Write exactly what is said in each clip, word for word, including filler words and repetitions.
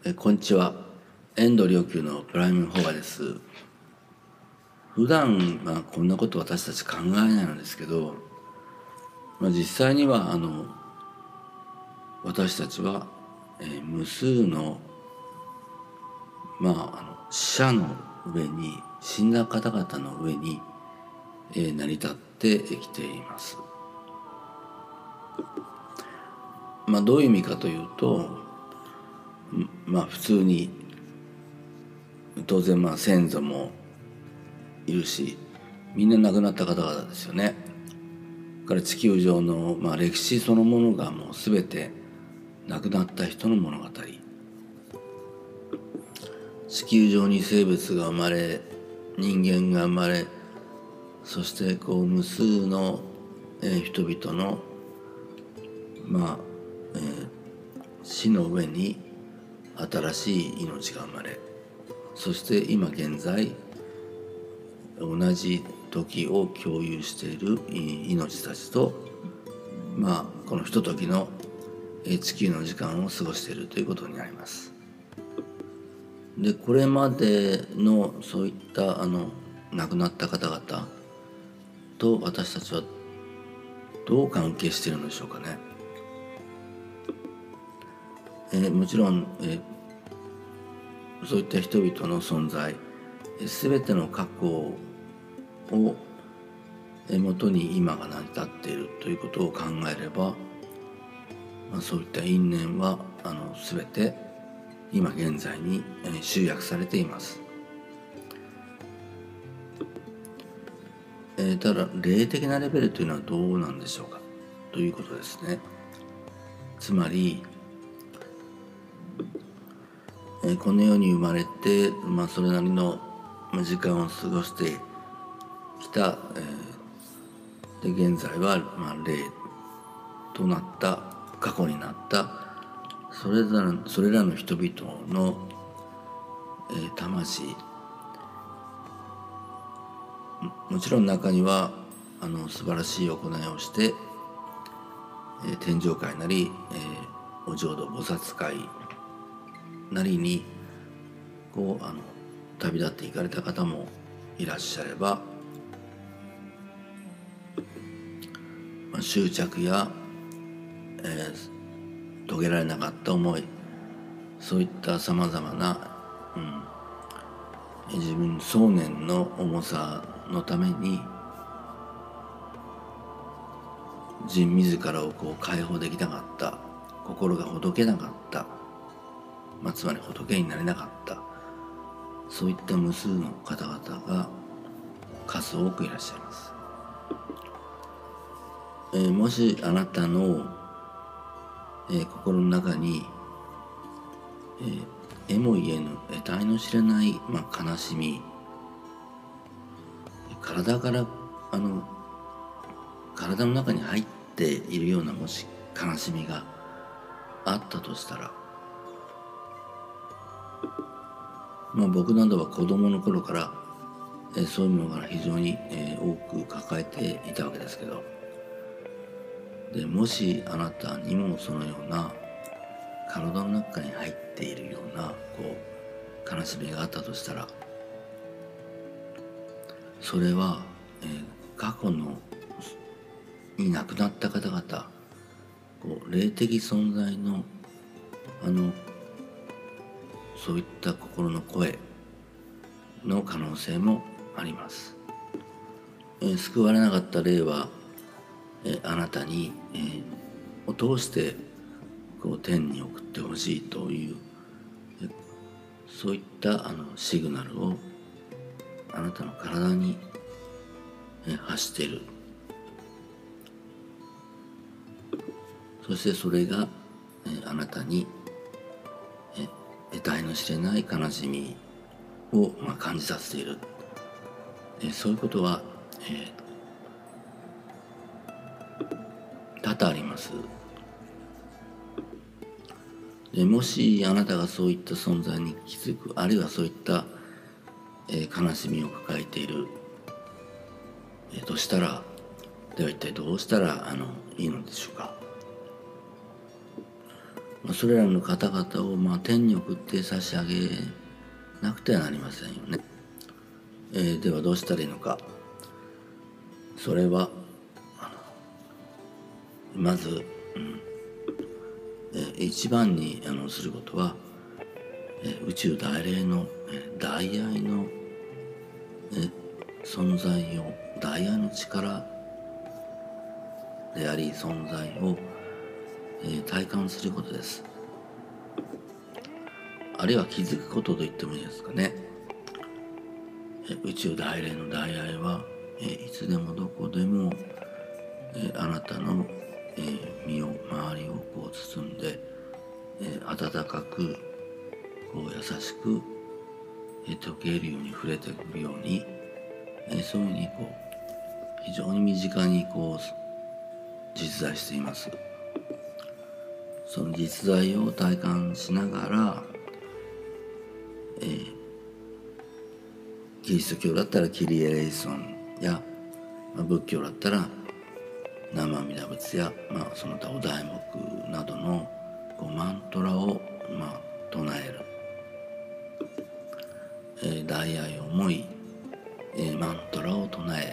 えこんにちは。遠藤良久のプライムフォガです。普段、まあ、こんなこと私たち考えないのですけど、まあ、実際にはあの私たちは、えー無数の、まあ、あの死者の上に死んだ方々の上に、えー成り立ってきています。まあ、どういう意味かというと、まあ普通に当然まあ先祖もいるし、みんな亡くなった方々ですよね。から地球上の、まあ、歴史そのものがもう全て亡くなった人の物語。地球上に生物が生まれ、人間が生まれ、そしてこう無数の、えー、人々のまあ、えー、死の上に新しい命が生まれ、そして今現在同じ時を共有している命たちと、まあこのひとときの地球の時間を過ごしているということになります。でこれまでのそういったあの亡くなった方々と私たちはどう関係しているのでしょうかね。えー、もちろん、えー、そういった人々の存在、すべての過去をもとに今が成り立っているということを考えれば、まあ、そういった因縁はあの全て今現在に集約されています。えー、ただ霊的なレベルというのはどうなんでしょうかということですね。つまり、えー、この世に生まれて、まあ、それなりの時間を過ごしてきた、えー、で現在は、まあ、霊となった過去になったそれらのそれらの人々の、えー、魂、もちろん中にはあの素晴らしい行いをして、えー、天上界なり、えー、お浄土菩薩界なりにこうあの旅立っていかれた方もいらっしゃれば、まあ、執着や、えー、遂げられなかった思い、そういったさまざまな、うん、自分想念の重さのために自自らをこう解放できなかった、心がほどけなかった、まあ、つまり仏になれなかった、そういった無数の方々が数多くいらっしゃいます。えー、もしあなたの、えー、心の中に、えー、えも言えぬ得体の知れない、まあ、悲しみ、体からあの体の中に入っているようなもし悲しみがあったとしたら、まあ、僕などは子供の頃から、えー、そういうものが非常に、えー、多く抱えていたわけですけど、でもしあなたにもそのような体の中に入っているようなこう悲しみがあったとしたら、それは、えー、過去のに亡くなった方々、こう霊的存在のあのそういった心の声の可能性もあります。えー、救われなかった霊は、えー、あなたに、えー、を通してこう天に送ってほしいという、えー、そういったあのシグナルをあなたの体に、えー、発している。そしてそれが、えー、あなたに、えー、得体の知れない悲しみを、まあ、感じさせている。えー、そういうことは、えー、多々あります。でもしあなたがそういった存在に気づく、あるいはそういった、えー、悲しみを抱えている、えー、としたら、では一体どうしたらあのいいのでしょうか。 それらの方々をまあ天に送って差し上げなくてはなりませんよね。えー、ではどうしたらいいのか。それはまず、うんえー、一番にあのすることは、えー、宇宙大霊の、えー、大愛の、えー、存在を大愛の力であり存在を、えー、体感することです。あるいは気づくことと言ってもいいですかね。えー、宇宙大霊の大愛は、えー、いつでもどこでも、えー、あなたの、えー、身を周りをこう包んで、えー、温かくこう優しく、えー、溶けるように触れてくるように、えー、そういうふうにこう非常に身近にこう実在しています。その実在を体感しながら、えー、キリスト教だったらキリエレイソンや、まあ、仏教だったら南無阿弥陀仏や、まあ、その他お題目などのこうマントラを、まあ、唱える、えー、大愛を思い、えー、マントラを唱え、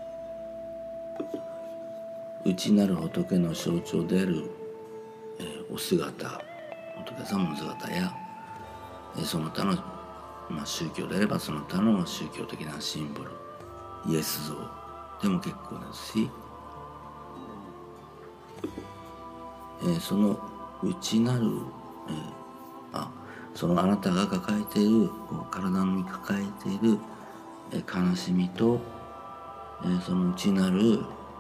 内なる仏の象徴である、えー、お姿、仏様の姿や、えー、その他の、まあ、宗教であればその他の宗教的なシンボル、イエス像でも結構ですし、えー、その内なる、えー、あそのあなたが抱えているこう体に抱えている、えー、悲しみと、えー、その内なる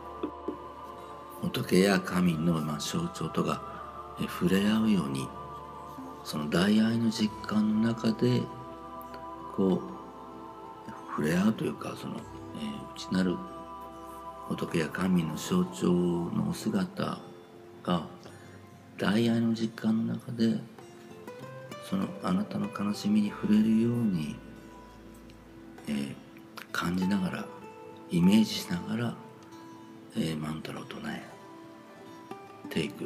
仏や神の、まあ、象徴とが、えー、触れ合うように、その大愛の実感の中でこう触れ合うというか、その、えー、内なる仏や神の象徴のお姿が大愛の実感の中でそのあなたの悲しみに触れるように、えー、感じながらイメージしながら、えー、マントラを唱えていく、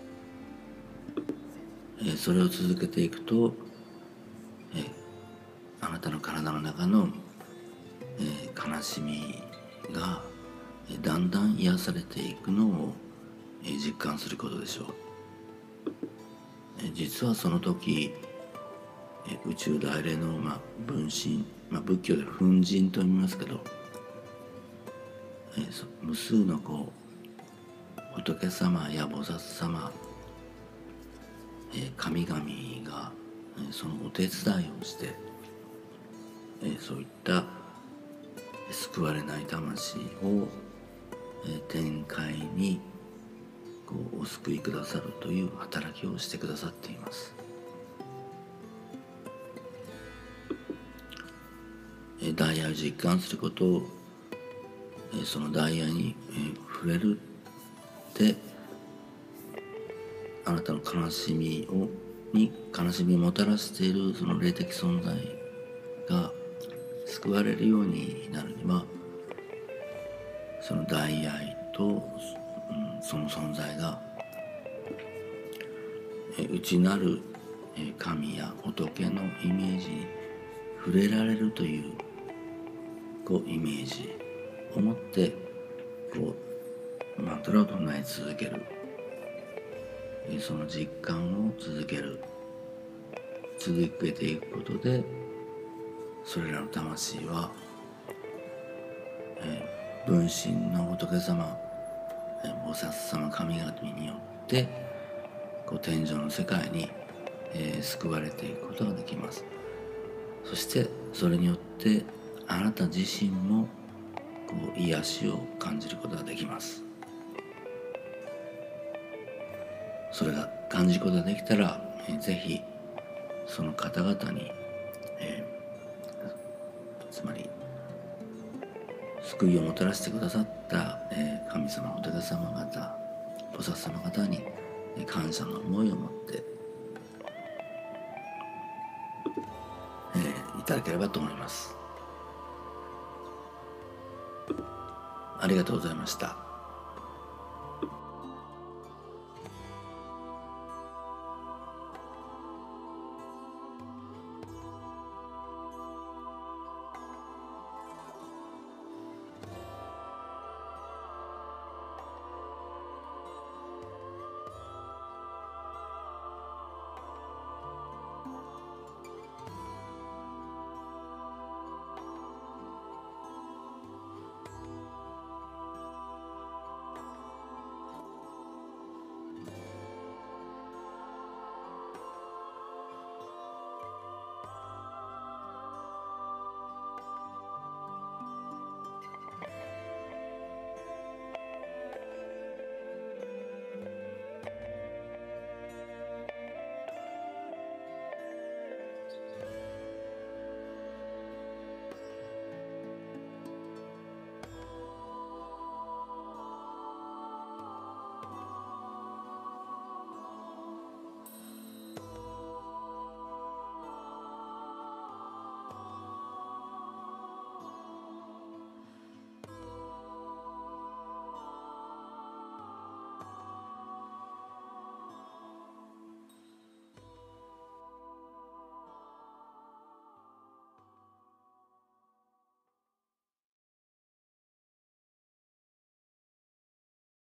えー、それを続けていくと、えー、あなたの体の中の、えー、悲しみが、えー、だんだん癒されていくのを、えー、実感することでしょう。えー、実はその時宇宙大霊の、まあ、分身、まあ、仏教で粉塵と言いますけど、えー、無数のこう仏様や菩薩様、えー、神々が、えー、そのお手伝いをして、えー、そういった救われない魂を、えー、天界にこうお救いくださるという働きをしてくださっています。大愛を実感することを、その大愛に触れるであなたの悲しみをに悲しみをもたらしているその霊的存在が救われるようになるには、その大愛と、うん、その存在が内なる神や仏のイメージに触れられるというこうイメージを持ってこうマントラを唱え続ける、その実感を続ける続けていくことで、それらの魂は、えー、分身の仏様、えー、菩薩様神々によってこう天上の世界に、えー、救われていくことができます。そしてそれによってあなた自身もこう癒しを感じることができます。それが感じることができたら、えー、ぜひその方々に、えー、つまり救いをもたらしてくださった、えー、神様仏様方菩薩様方に、えー、感謝の思いを持って、えー、いただければと思います。ありがとうございました。